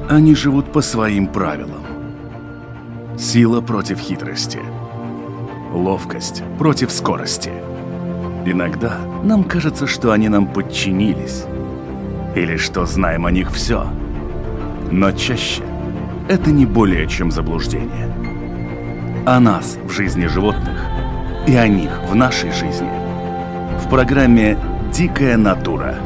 Они живут по своим правилам. Сила против хитрости. Ловкость против скорости. Иногда нам кажется, что они нам подчинились. Или что знаем о них все. Но чаще это не более чем заблуждение. О нас в жизни животных и о них в нашей жизни. В программе «Дикая натура».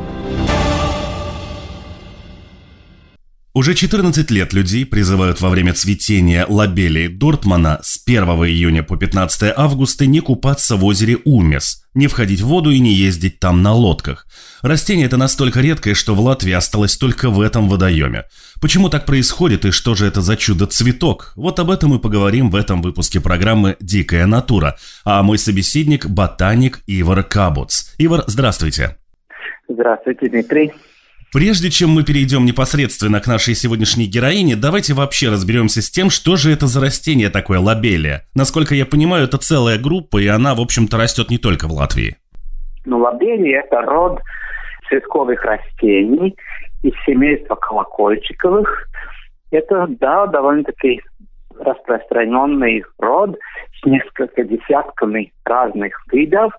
Уже 14 лет людей призывают во время цветения лобелии Дортмана с 1 июня по 15 августа не купаться в озере Умес, не входить в воду и не ездить там на лодках. Растение это настолько редкое, что в Латвии осталось только в этом водоеме. Почему так происходит и что же это за чудо-цветок? Вот об этом мы поговорим в этом выпуске программы «Дикая натура». А мой собеседник – ботаник Ивар Кабуц. Ивар, здравствуйте. Здравствуйте, Дмитрий. Прежде чем мы перейдем непосредственно к нашей сегодняшней героине, давайте вообще разберемся с тем, что же это за растение такое лобелия. Насколько я понимаю, это целая группа, и она, в общем-то, растет не только в Латвии. Лобелия – это род цветковых растений из семейства колокольчиковых. Это, довольно-таки распространенный род с несколькими десятками разных видов,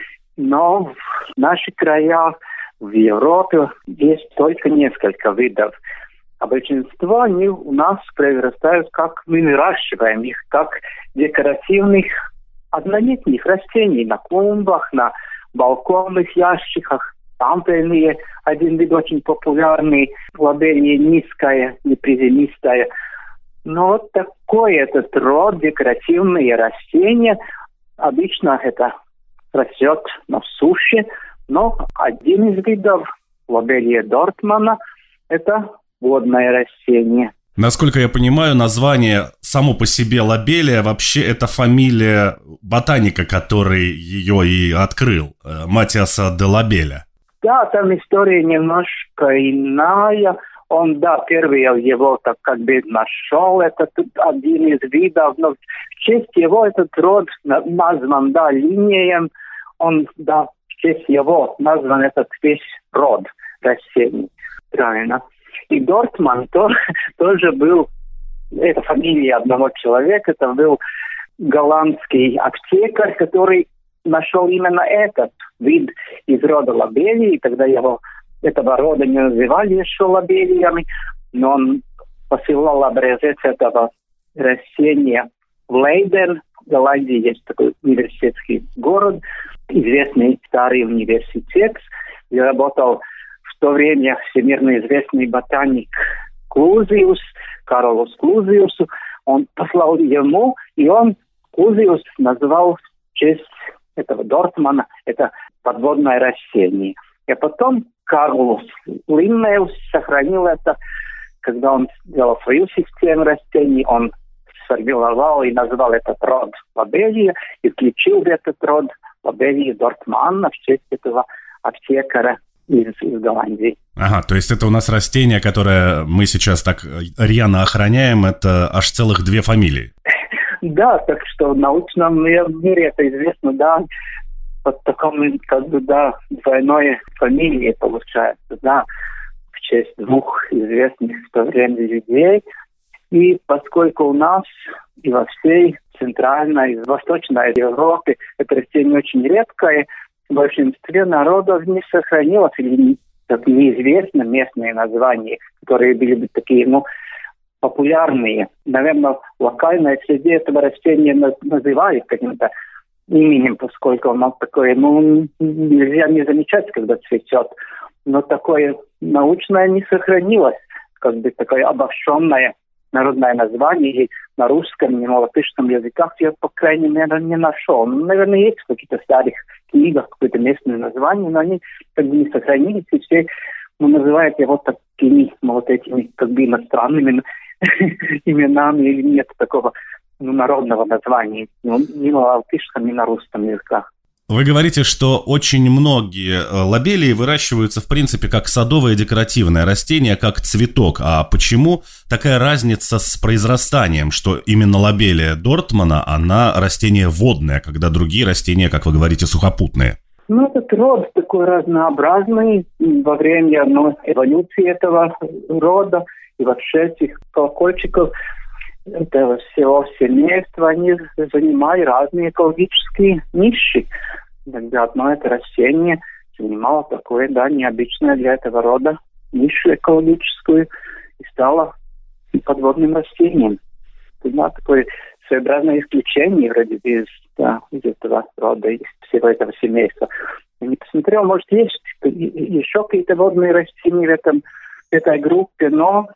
но в наши края в Европе есть только несколько видов. А большинство они у нас произрастают, как мы выращиваем их, как декоративных однолетних растений на клумбах, на балконных ящиках. Тампельные, один вид очень популярный, лобелия низкая, неприземистая. Но вот такой этот род, декоративные растения, обычно это растет на суше. Но один из видов лобелия Дортмана – это водное растение. Насколько я понимаю, название само по себе лобелия вообще это фамилия ботаника, который ее и открыл, Матиаса де Лобеля. Да, там история немножко иная. Он, первый его так как бы нашел, это один из видов, но в честь его этот род назван, линеем, он, в честь его назван этот весь род растений. Правильно. И Дортман тоже был, это фамилия одного человека, это был голландский аптекарь, который нашел именно этот вид из рода лобелии. Тогда этого рода не называли еще лобелиями, но он посылал образец этого растения в Лейден. В Голландии есть такой университетский город, известный старый университет, где работал в то время всемирно известный ботаник Клузиус, Карлос Клузиус. Он послал ему, и он Клузиус назвал в честь этого Дортмана, это подводное растение. И потом Карлос Линнеус сохранил это, когда он сделал свою систему растений, он сформировал и назвал этот род лобелия и включил в этот род лобелия Дортмана в честь этого аптекаря из Голландии. Ага, то есть это у нас растение, которое мы сейчас так рьяно охраняем, это аж целых 2 фамилии. Да, так что в научном мире это известно, под таком, двойной фамилией получается, в честь 2 известных в то время людей. И поскольку у нас и во всей Центральной и Восточной Европе это растение очень редкое, в большинстве народов не сохранилось или неизвестно местные названия, которые были бы такие, популярные. Наверное, в локальной среде этого растения называют каким-то именем, поскольку оно такое, нельзя не замечать, когда цветет. Но такое научное не сохранилось, как бы такое обобщенное народное название, и на русском и на латышском языках я, по крайней мере, не нашел. Наверное, есть в каких-то старых книгах какое-то местное название, но они как бы не сохранились, и все называют его такими, этими как бы иностранными именами, или нет такого народного названия, ни на латышском, ни на русском языках. Вы говорите, что очень многие лобелии выращиваются, в принципе, как садовое декоративное растение, как цветок. А почему такая разница с произрастанием, что именно лобелия Дортмана, она растение водное, когда другие растения, как вы говорите, сухопутные? Ну, этот род такой разнообразный во время эволюции этого рода и вообще этих колокольчиков этого всего семейства, они занимали разные экологические ниши. Тогда одно это растение занимало такое, да, необычное для этого рода нишу экологическую и стало подводным растением. Да, такое своеобразное исключение вроде из этого рода, из всего этого семейства. Я не посмотрел, может, есть еще какие-то водные растения в этой группе, но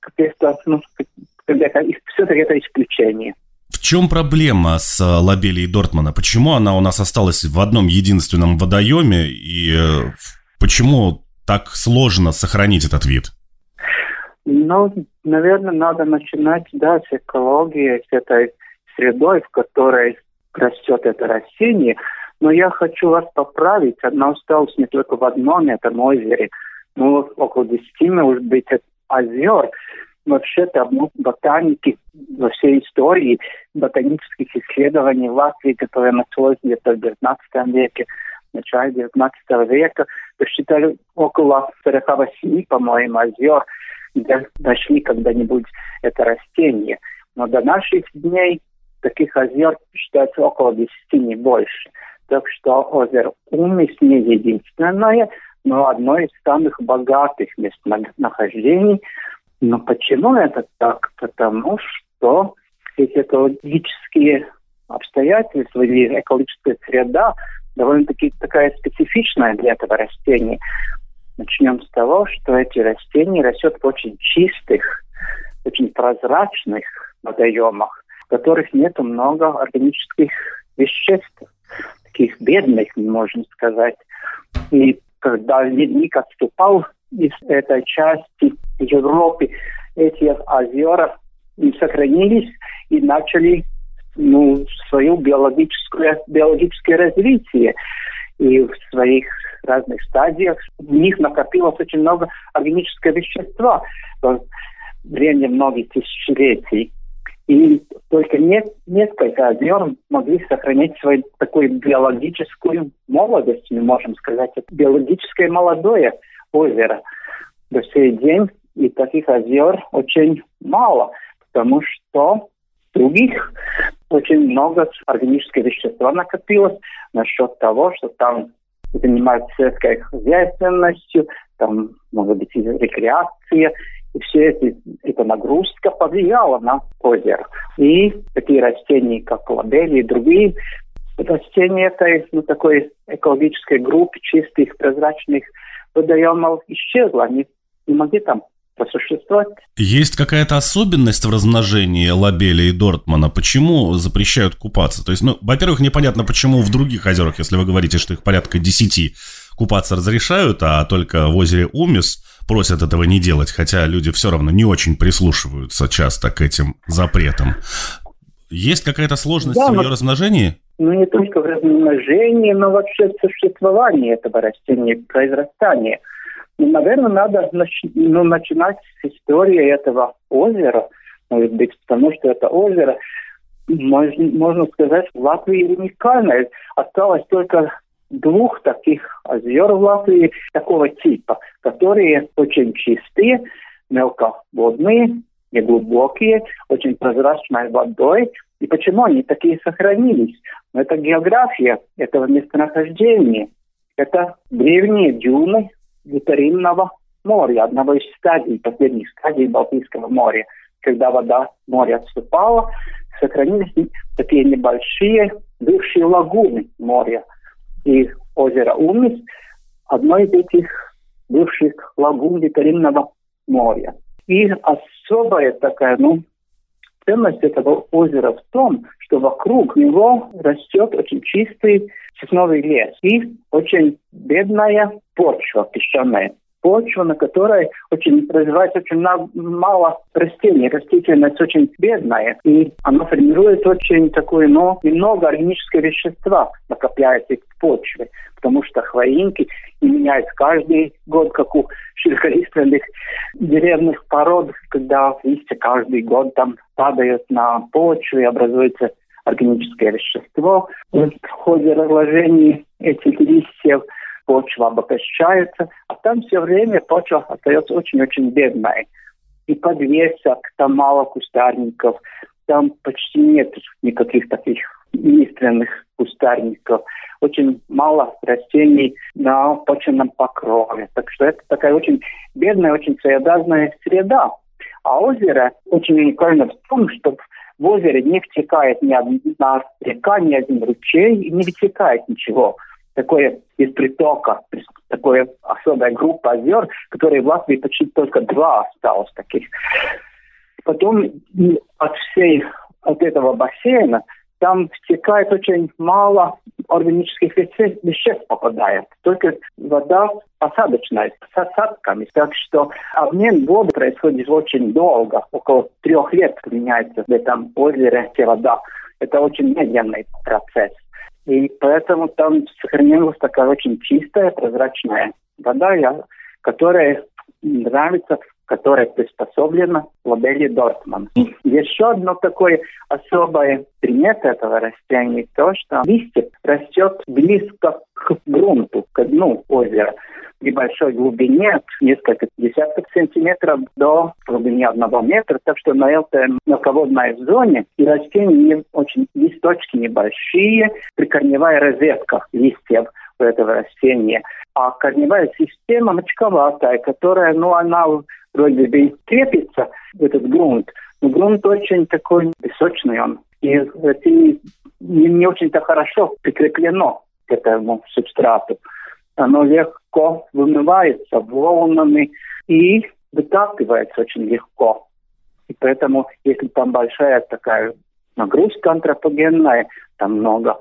все-таки это исключение. В чем проблема с лобелией Дортмана? Почему она у нас осталась в одном единственном водоеме и почему так сложно сохранить этот вид? Ну, наверное, надо начинать, да, с экологии, с этой средой, в которой растет это растение. Но я хочу вас поправить. Она осталась не только в одном этом озере, но около 10, может быть, озер. Вообще-то ботаники во всей истории ботанических исследований в Латвии, которое началось где-то в 19 веке, в начале 19 века, посчитали около 48, по-моему, озер, где нашли когда-нибудь это растение. Но до наших дней таких озер считается около 10, не больше. Так что озеро Умис не единственное, но одно из самых богатых местонахождений. Но почему это так? Потому что эти экологические обстоятельства или экологическая среда довольно-таки такая специфичная для этого растения. Начнем с того, что эти растения растут в очень чистых, очень прозрачных водоемах, в которых нет много органических веществ, таких бедных, можно сказать. И когда ледник отступал из этой части Европы, эти озера сохранились и начали свое биологическое развитие. И в своих разных стадиях в них накопилось очень много органического вещества во время многих тысячелетий. И только несколько озер могли сохранять свою такую биологическую молодость, мы можем сказать. Это биологическое молодое озеро до сей день. И таких озер очень мало, потому что других очень много органического вещества накопилось насчет того, что там занимаются сельской хозяйственностью, там может быть и рекреация, и все эта нагрузка повлияла на озеро. И такие растения, как лобели и другие растения этой такой экологической группы чистых, прозрачных водоемов исчезла. Они не могли там просуществовать. Есть какая-то особенность в размножении лобели и Дортмана? Почему запрещают купаться? То есть, во-первых, непонятно, почему в других озерах, если вы говорите, что их порядка 10, купаться разрешают, а только в озере Умис просят этого не делать, хотя люди все равно не очень прислушиваются часто к этим запретам. Есть какая-то сложность в ее размножении? Не только в размножении, но вообще в существовании этого растения, произрастания. Наверное, надо начинать с истории этого озера, может быть, потому что это озеро, можно сказать, в Латвии уникальное. Осталось только 2 таких озер в Латвии такого типа, которые очень чистые, мелководные, неглубокие, очень прозрачной водой. И почему они такие сохранились? Это география этого местонахождения. Это древние дюны Литторинного моря, одного из последних стадий Балтийского моря. Когда вода моря отступала, сохранились такие небольшие бывшие лагуны моря. И озеро Умис – одно из этих бывших лагун Литторинного моря. И особая такая, ценность этого озера в том, что вокруг него растет очень чистый сосновый лес и очень бедная почва, песчаная. Почва, на которой развивается очень мало растений. Растительность очень бедная. И она формирует очень такое, немного органического вещества накопляется в почве. Потому что хвоинки не меняются каждый год, как у широколиственных деревных пород, когда листья каждый год там падают на почву и образуется органическое вещество. В ходе разложения этих листьев почва обогащается, а там все время почва остается очень-очень бедной. И подвесок, там мало кустарников, там почти нет никаких таких лиственных кустарников, очень мало растений на почвенном покрове. Так что это такая очень бедная, очень своеобразная среда. А озеро очень уникально в том, что в озере не втекает ни одна река, ни один ручей, и не вытекает ничего. Такое из притока, такая особая группа озер, которые в Латвии почти только 2 осталось таких. Потом от этого бассейна там втекает очень мало органических веществ попадает. Только вода посадочная, с осадками. Так что обмен воды происходит очень долго. Около 3 лет меняется в этом озере вода. Это очень медленный процесс. И поэтому там сохранилась такая очень чистая, прозрачная вода, которая нравится, которая приспособлена лобелии Дортмана. И еще одно такое особое примета этого растения, то, что листья растет близко к грунту, к дну озера. В небольшой глубине, от несколько десятков сантиметров до глубины 1 метра, так что на этой мелководной зоне и растения очень листочки небольшие, прикорневая розетка листьев у этого растения. А корневая система мочковатая, которая, она вроде бы крепится в этот грунт, но грунт очень такой песочный он. И растение не очень-то хорошо прикреплено к этому субстрату. Оно легко вымывается волнами и вытаскивается очень легко. И поэтому, если там большая такая нагрузка антропогенная, там много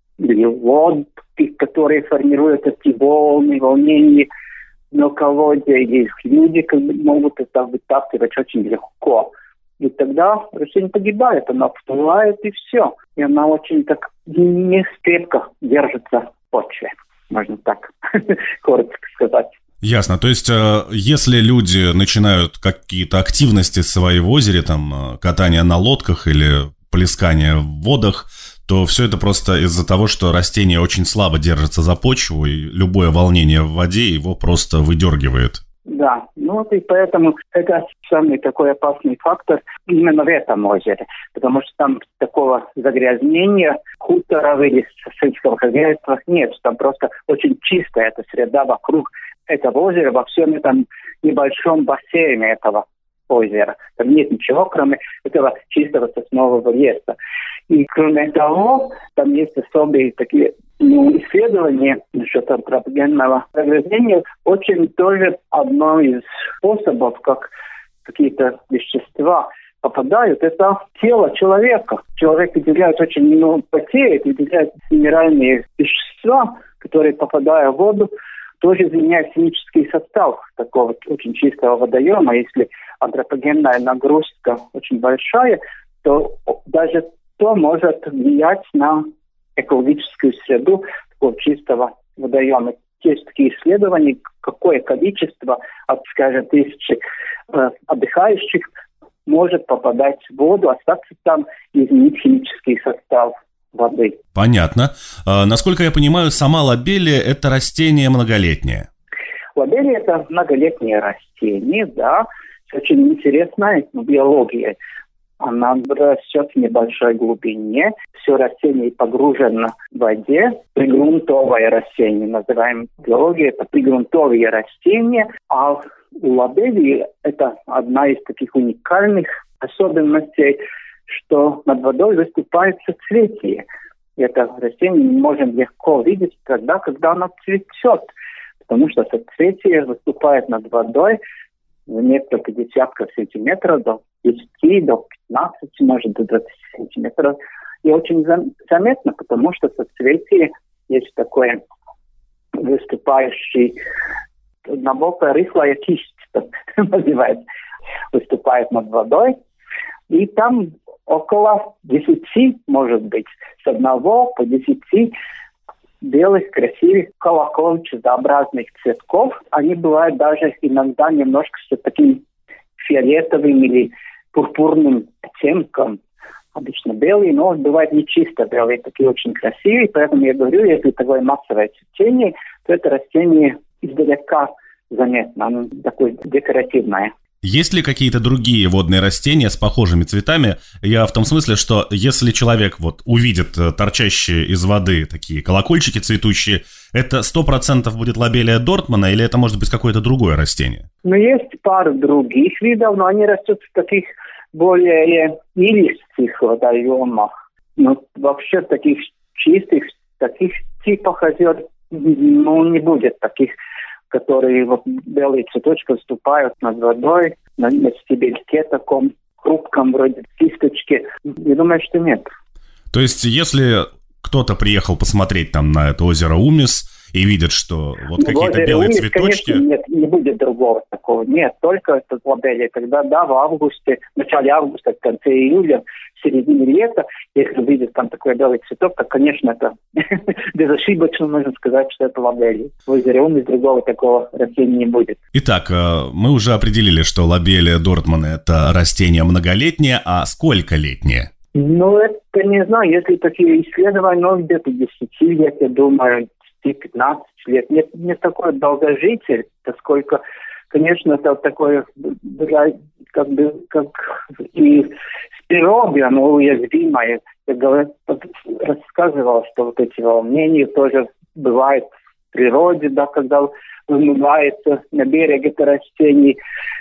лодки, которые формируют эти волнения в мелководье, и люди могут это вытаскивать очень легко. И тогда растение погибает, она всплывает и все. И она очень так не крепко держится в почве. Можно так коротко сказать. Ясно. То есть, если люди начинают какие-то активности свои в озере, там, катание на лодках или плескание в водах, то все это просто из-за того, что растение очень слабо держится за почву, и любое волнение в воде его просто выдергивает. Да, и поэтому это самый такой опасный фактор именно в этом озере, потому что там такого загрязнения хуторов или сельского хозяйства нет, там просто очень чистая эта среда вокруг этого озера, во всем этом небольшом бассейне этого озера. Там нет ничего, кроме этого чистого соснового леса. И кроме того, там есть особые такие исследования насчет антропогенного загрязнения. Очень тоже одно из способов, как какие-то вещества попадают, это тело человека. Человек выделяет очень потеет, выделяет минеральные вещества, которые, попадая в воду, тоже изменяют химический состав такого очень чистого водоема. Если антропогенная нагрузка очень большая, то даже то может влиять на экологическую среду такого чистого водоема. Есть такие исследования, какое количество от, скажем, 1000 отдыхающих может попадать в воду, остаться там и изменить химический состав воды. Понятно. Насколько я понимаю, сама лобелия – это растение многолетнее. Лобелия – это многолетнее растение, да, с очень интересной биологией. Она растет в небольшой глубине, все растение погружено в воде. Пригрунтовое растение, называем биологией, это пригрунтовые растения. А у лобелии это одна из таких уникальных особенностей, что над водой выступает соцветие. Это растение мы можем легко видеть тогда, когда оно цветет, потому что соцветие выступает над водой в несколько десятков сантиметров до 10, до 15, может, до 20 сантиметров. И очень заметно, потому что соцветие есть такое выступающий, однобокая рыхлая кисть, так называется, выступает над водой. И там около 10, может быть, с 1 по 10 белых, красивых, колокольчатообразных цветков. Они бывают даже иногда немножко с таким фиолетовым или пурпурным оттенком. обычно белые, но бывают не чисто белые, такие очень красивые. Поэтому я говорю, если такое массовое цветение, то это растение издалека заметно, оно такое декоративное. Есть ли какие-то другие водные растения с похожими цветами? Я в том смысле, что если человек вот увидит торчащие из воды такие колокольчики цветущие, это 100% будет лобелия Дортмана или это может быть какое-то другое растение? Ну, есть пару других видов, но они растут в таких более илистых водоемах. Но вообще таких чистых, таких типах озер, ну, не будет таких, которые вот белые цветочки выступают над водой, на стебельке таком хрупком, вроде кисточки. Я думаю, что нет. То есть, если кто-то приехал посмотреть там на это озеро Умис и видит, что вот какие-то белые Умис, цветочки... Конечно, нет, не будет другого такого. Нет, только это лобелия. Когда, да, в августе, в начале августа, в конце июля, в середине лета, если видит там такой белый цветок, то, конечно, это безошибочно можно сказать, что это лобелия. В озере Умис другого такого растения не будет. Итак, мы уже определили, что лобелия Дортмана – это растение многолетнее, а сколько летнее? Ну, это не знаю, если такие исследования, но где-то 10 лет, я думаю, 15 лет. Не такой долгожитель, поскольку, конечно, это такое, как бы, как и с природы, оно уязвимое. Я рассказывал, что вот эти волнения тоже бывают в природе, да, когда вымывается на берег это растение.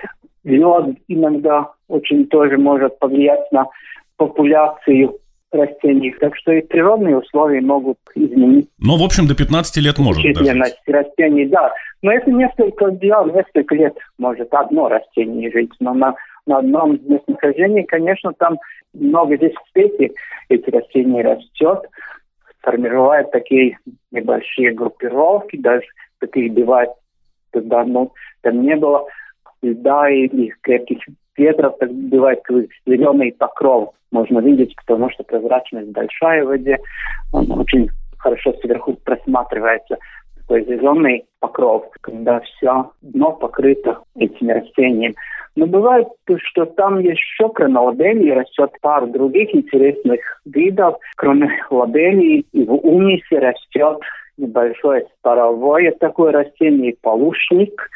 Лед иногда очень тоже может повлиять на популяцию растений. Так что и природные условия могут изменить. Ну, в общем, до 15 лет может численность растений, да. Но это несколько лет может одно растение жить. Но на одном местонахождении, конечно, там много здесь в свете эти растения растет, формируют такие небольшие группировки, даже таких бывает, когда там не было льда или крепких ветров, так бывает зеленый покров. Можно видеть, потому что прозрачность большая в воде, он очень хорошо сверху просматривается. Такой зеленый покров, когда все дно покрыто этими растениями. Но бывает, что там еще кроме лобелии растет пару других интересных видов. Кроме лобелии и в Умисе растет небольшое паровое такое растение, полушник,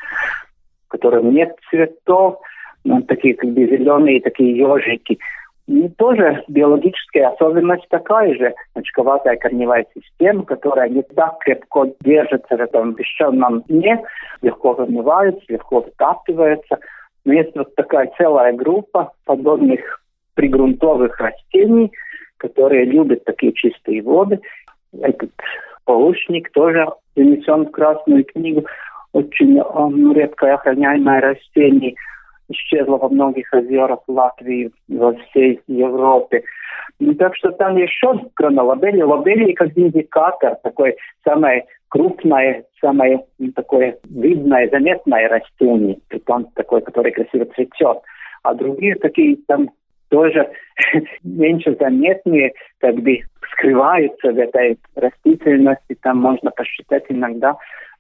в котором нет цветов, но такие как бы зеленые такие ежики. И тоже биологическая особенность такая же. Очковатая корневая система, которая не так крепко держится в этом песчаном дне, легко вымывается, легко вытаптывается. Но есть вот такая целая группа подобных пригрунтовых растений, которые любят такие чистые воды. Этот полушник тоже занесен в Красную книгу. Очень редкое охраняемое растение. Исчезла во многих озерах Латвии, во всей Европе. Ну, так что там еще, кроме лобелии, лобелии как индикатор, такое самое крупное, самое такое видное, заметное растение, притом такое, которое красиво цветет. А другие такие там тоже меньше заметные, как бы скрываются в этой растительности, там можно посчитать иногда.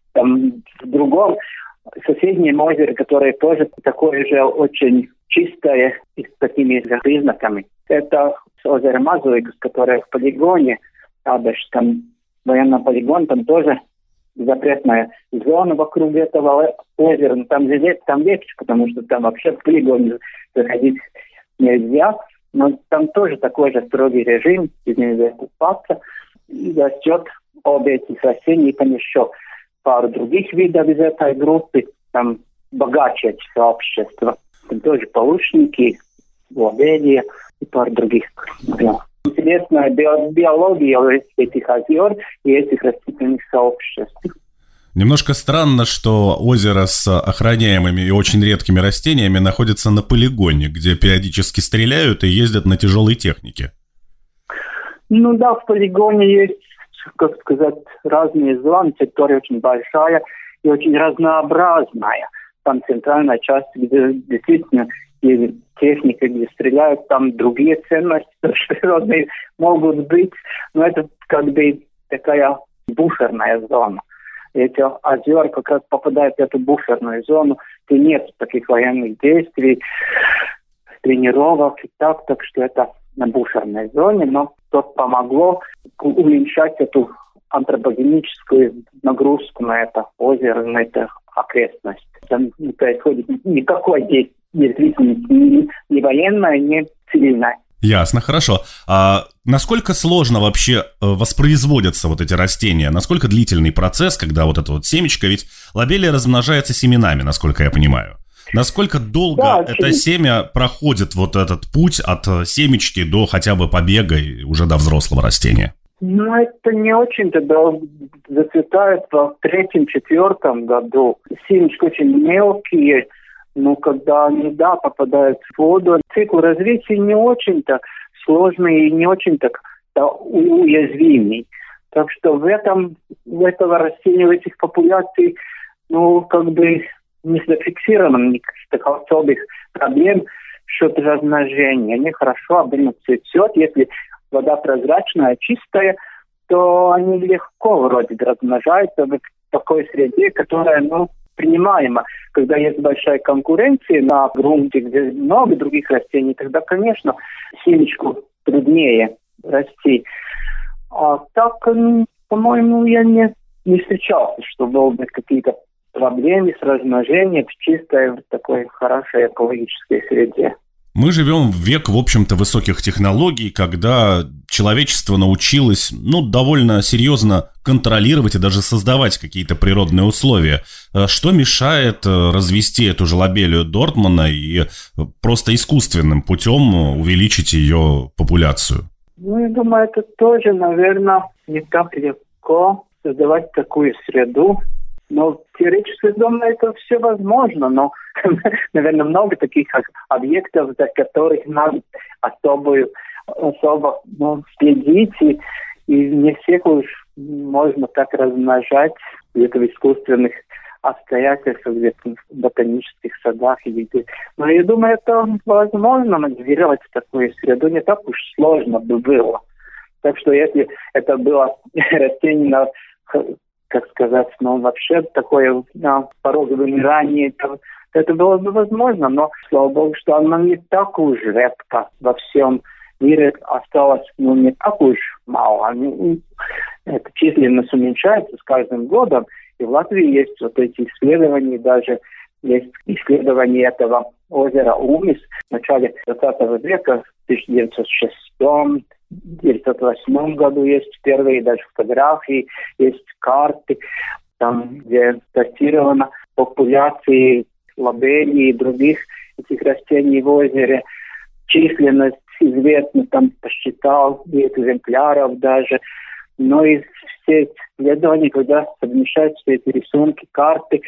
Там в другом соседнем озере, которое тоже такое же очень чистое и с такими же признаками. Это озеро Мазуикус, которое в полигоне, там военный полигон, там тоже запретная зона вокруг этого озера. Но там легче, потому что там вообще в полигоне заходить нельзя. Но там тоже такой же строгий режим, здесь нельзя купаться. И растет обе эти растения, и там еще пару других видов из этой группы, там богаче эти сообщества. Там тоже полушники, лобелия и пару других. Да. Интересная биология этих озер и этих растительных сообществ. Немножко странно, что озеро с охраняемыми и очень редкими растениями находится на полигоне, где периодически стреляют и ездят на тяжелой технике. Ну да, в полигоне есть, как сказать, разные зоны, территория очень большая и очень разнообразная. Там центральная часть, где действительно есть техника, где стреляют, там другие ценности природные могут быть, но это как бы такая буферная зона. Эти озера как раз попадают в эту буферную зону, где нет таких военных действий, тренировок и так что это на буферной зоне, но то помогло уменьшать эту антропогеническую нагрузку на это озеро, на эту окрестность. Там не происходит никакой деятельности, ни военной, ни цивильной. Ясно, хорошо. А насколько сложно вообще воспроизводятся вот эти растения? Насколько длительный процесс, когда вот это вот семечко, ведь лобелия размножается семенами, насколько я понимаю. Насколько долго это семя проходит вот этот путь от семечки до хотя бы побега и уже до взрослого растения? Ну, это не очень-то зацветает в 3-4 году. Семечки очень мелкие, но когда они, попадают в воду, цикл развития не очень-то сложный и не очень-то уязвимый. Так что в этого растения, в этих популяций, не зафиксировано никаких особых проблем счет размножения. Они хорошо обильно цветет. Если вода прозрачная, чистая, то они легко вроде размножаются в такой среде, которая, принимаема. Когда есть большая конкуренция на грунте, где много других растений, тогда, конечно, семечку труднее расти. А так, по-моему, я не встречался, что было бы какие-то проблемы с размножением в чистой, такой хорошей экологической среде. Мы живем в век, в общем-то, высоких технологий, когда человечество научилось, довольно серьезно контролировать и даже создавать какие-то природные условия. Что мешает развести эту же лобелию Дортмана и просто искусственным путем увеличить ее популяцию? Я думаю, это тоже, наверное, не так легко создавать такую среду. Но теоретически, думаю, это все возможно, но, наверное, много таких объектов, за которых надо особо следить, и не всех уж можно так размножать где-то в искусственных обстоятельствах, где-то в ботанических садах. Но я думаю, это возможно моделировать такую среду, не так уж сложно бы было. Так что если это было растение вообще такое на пороге вымирания, это было бы возможно, но, слава богу, что оно не так уж редко во всем мире осталось, не так уж мало. Эта численность уменьшается с каждым годом, и в Латвии есть вот эти исследования, даже есть исследования этого озера Умис в начале 20 века, в 1906-1908 году есть впервые даже фотографии, есть карты, там, где датировано популяции лобелии и других этих растений в озере. Численность известна, там посчитал, и экземпляров даже. Но и все исследования, когда совмещают все эти рисунки, карты,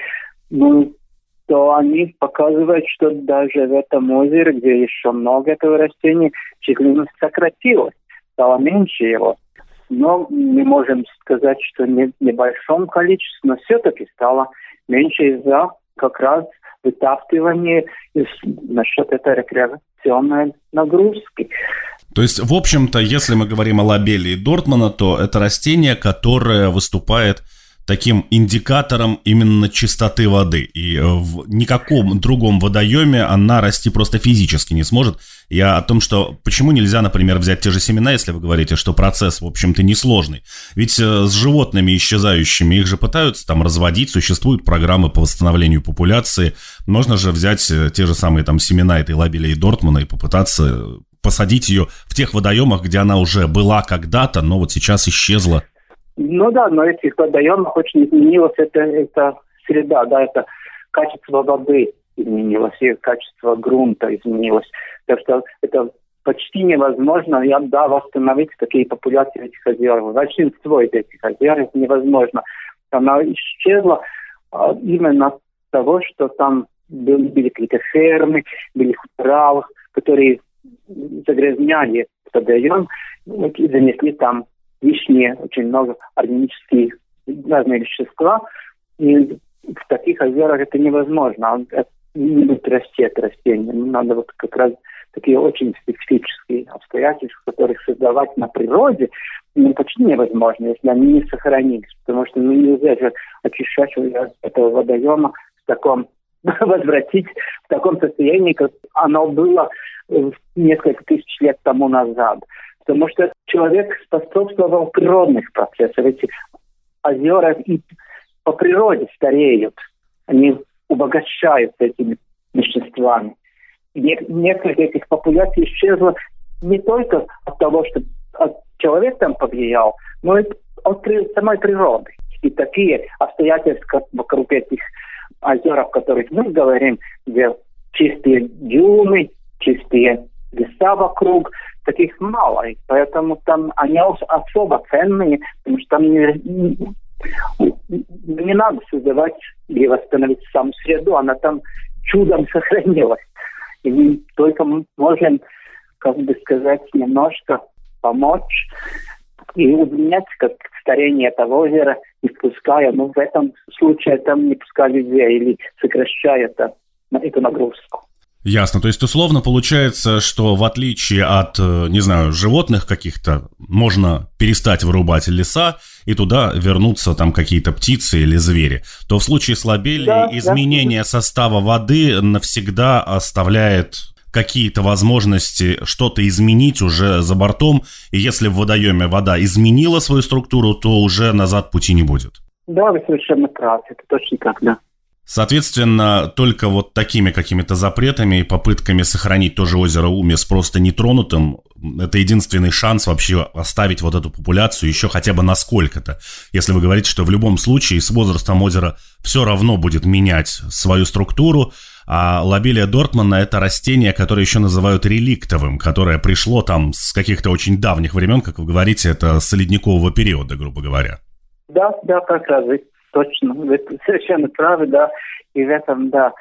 то они показывают, что даже в этом озере, где еще много этого растения, численность сократилась, стало меньше его. Но мы можем сказать, что не в небольшом количестве, но все-таки стало меньше из-за как раз вытаптывания насчет этой рекреационной нагрузки. То есть, в общем-то, если мы говорим о лобелии Дортмана, то это растение, которое выступает таким индикатором именно чистоты воды. И в никаком другом водоеме она расти просто физически не сможет. Я о том, что почему нельзя, например, взять те же семена, если вы говорите, что процесс, в общем-то, несложный. Ведь с животными исчезающими их же пытаются там разводить, существуют программы по восстановлению популяции. Можно же взять те же самые там семена этой лобелии Дортмана и попытаться посадить ее в тех водоемах, где она уже была когда-то, но вот сейчас исчезла. Но в этих водоемах очень изменилась эта среда, это качество воды изменилось, и качество грунта изменилось. Так что это почти невозможно восстановить такие популяции этих озер. Большинство из этих озер невозможно. Она исчезла именно от того, что там были какие-то фермы, были хутора, которые загрязняли водоем, и занесли там лишние, очень много органических разные вещества, и в таких озерах это невозможно. Не будет расти это растение. Надо вот как раз такие очень специфические обстоятельства, которых создавать на природе почти невозможно, если они не сохранились. Потому что нельзя же очищать этого водоема возвратить в таком состоянии, как оно было несколько тысяч лет тому назад. Потому что человек способствовал природных процессов. Эти озера и по природе стареют. Они обогащаются этими веществами. Несколько этих популяций исчезло не только от того, что человек там повлиял, но и от самой природы. И такие обстоятельства вокруг этих озер, о которых мы говорим, где чистые дюны, чистые леса вокруг, таких мало. И поэтому там они особо ценные, потому что там не надо создавать или восстановить саму среду, она там чудом сохранилась. И мы только можем, как бы сказать, немножко помочь и удлинять как старение этого озера, не пуская, в этом случае там не пуская людей или сокращая эту нагрузку. Ясно. То есть, условно, получается, что в отличие от, не знаю, животных каких-то, можно перестать вырубать леса и туда вернутся там какие-то птицы или звери, то в случае с лобелией изменение состава воды навсегда оставляет какие-то возможности что-то изменить уже за бортом, и если в водоеме вода изменила свою структуру, то уже назад пути не будет. Да, вы совершенно правы, это точно так, да. Соответственно, только вот такими какими-то запретами и попытками сохранить тоже озеро Умес просто нетронутым, это единственный шанс вообще оставить вот эту популяцию еще хотя бы на сколько-то. Если вы говорите, что в любом случае с возрастом озеро все равно будет менять свою структуру, а лобелия дортмана – это растение, которое еще называют реликтовым, которое пришло там с каких-то очень давних времен, как вы говорите, это с ледникового периода, грубо говоря. Да, как раз, точно, вы совершенно правы, да, и в этом, да.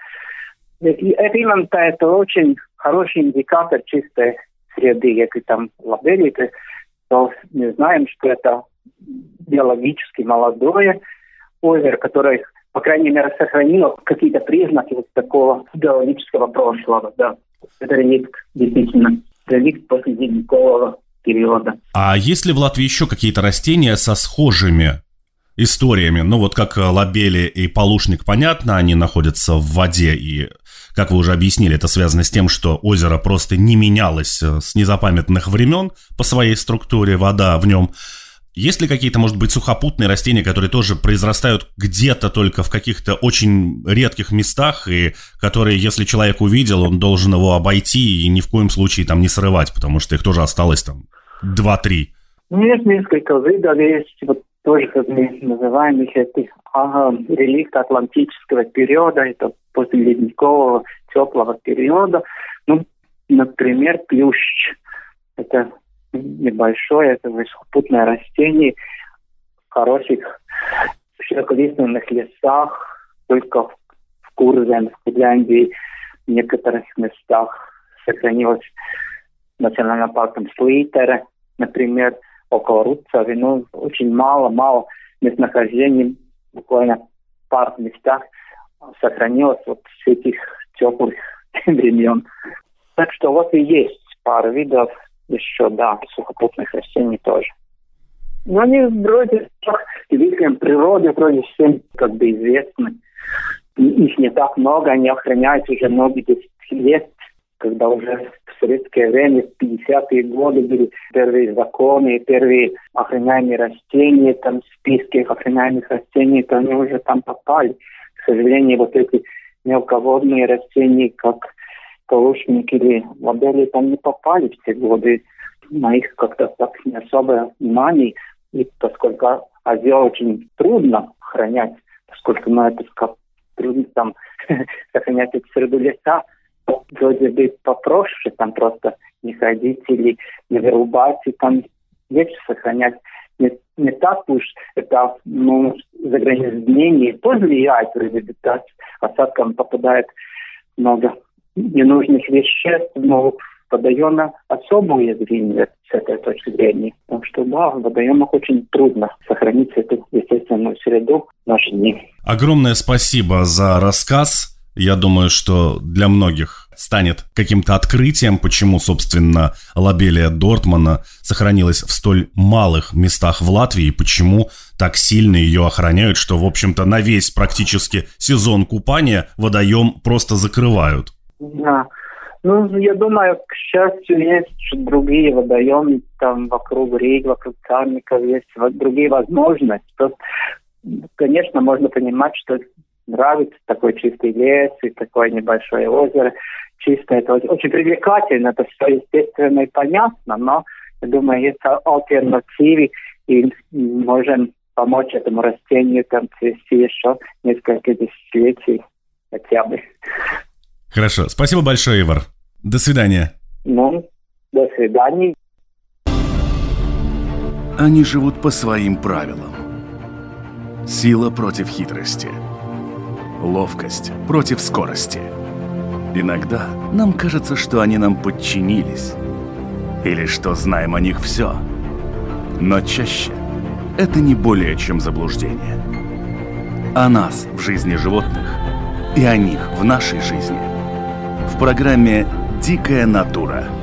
И это именно это очень хороший индикатор чистой среды. Если там лобелия, то мы знаем, что это биологически молодое озеро, которое, по крайней мере, сохранило какие-то признаки вот такого биологического прошлого, да. Это реликт, действительно, реликт после ледникового периода. А есть ли в Латвии еще какие-то растения со схожими историями? Ну вот как лобелия и полушник, понятно, они находятся в воде, и, как вы уже объяснили, это связано с тем, что озеро просто не менялось с незапамятных времен по своей структуре, вода в нем. Есть ли какие-то, может быть, сухопутные растения, которые тоже произрастают где-то только в каких-то очень редких местах, и которые, если человек увидел, он должен его обойти и ни в коем случае там не срывать, потому что их тоже осталось там 2-3? Есть несколько видов, есть вот тоже, как мы называем их, это реликт атлантического периода, это после ледникового теплого периода. Ну, например, плющ. Это небольшое, это сухопутное растение в хороших широколиственных лесах, только в Курзен, в Курляндии, в некоторых местах сохранилось национальным парком Слитере, например, около Руцави, но очень мало местонахождений, буквально в пару местах сохранилось вот с этих теплых времен. Так что вот и есть пара видов еще, да, сухопутных растений тоже. Но они вроде любителям природы, вроде всем как бы известны. Их не так много, они охраняются уже много десятилетий лет, когда уже в советское время, в 50-е годы были первые законы, первые охраняемые растения, там списки охраняемых растений, то они уже там попали. К сожалению, вот эти мелководные растения, как полушник или лобелия, там не попали в те годы. На их как-то так не особое внимание, и поскольку озера очень трудно охранять, поскольку это как трудно там сохранять эту среду леса, вроде бы попроще там просто не ходить или не вырубать, и там вещи сохранять. Не так уж это, загрязнение тоже влияет, вроде бы, да, осадкам попадает много ненужных веществ, но в водоемах особо уязвимы с этой точки зрения. Потому что, да, в водоемах очень трудно сохранить эту естественную среду в наши дни. Огромное спасибо за рассказ. Я думаю, что для многих станет каким-то открытием, почему, собственно, лобелия дортмана сохранилась в столь малых местах в Латвии, и почему так сильно ее охраняют, что, в общем-то, на весь практически сезон купания водоем просто закрывают. Да, Ну, я думаю, к счастью, есть другие водоемы там вокруг Риги, вокруг Царников, есть другие возможности. Просто, конечно, можно понимать, что нравится такой чистый лес и такое небольшое озеро. Чисто это очень привлекательно, это все естественно и понятно, но, я думаю, есть альтернативы, и можем помочь этому растению там цвести еще несколько десятилетий хотя бы. Хорошо. Спасибо большое, Ивар. До свидания. Ну, до свидания. Они живут по своим правилам. Сила против хитрости. Ловкость против скорости. Иногда нам кажется, что они нам подчинились. Или что знаем о них все. Но чаще это не более чем заблуждение. О нас в жизни животных и о них в нашей жизни. В программе «Дикая натура».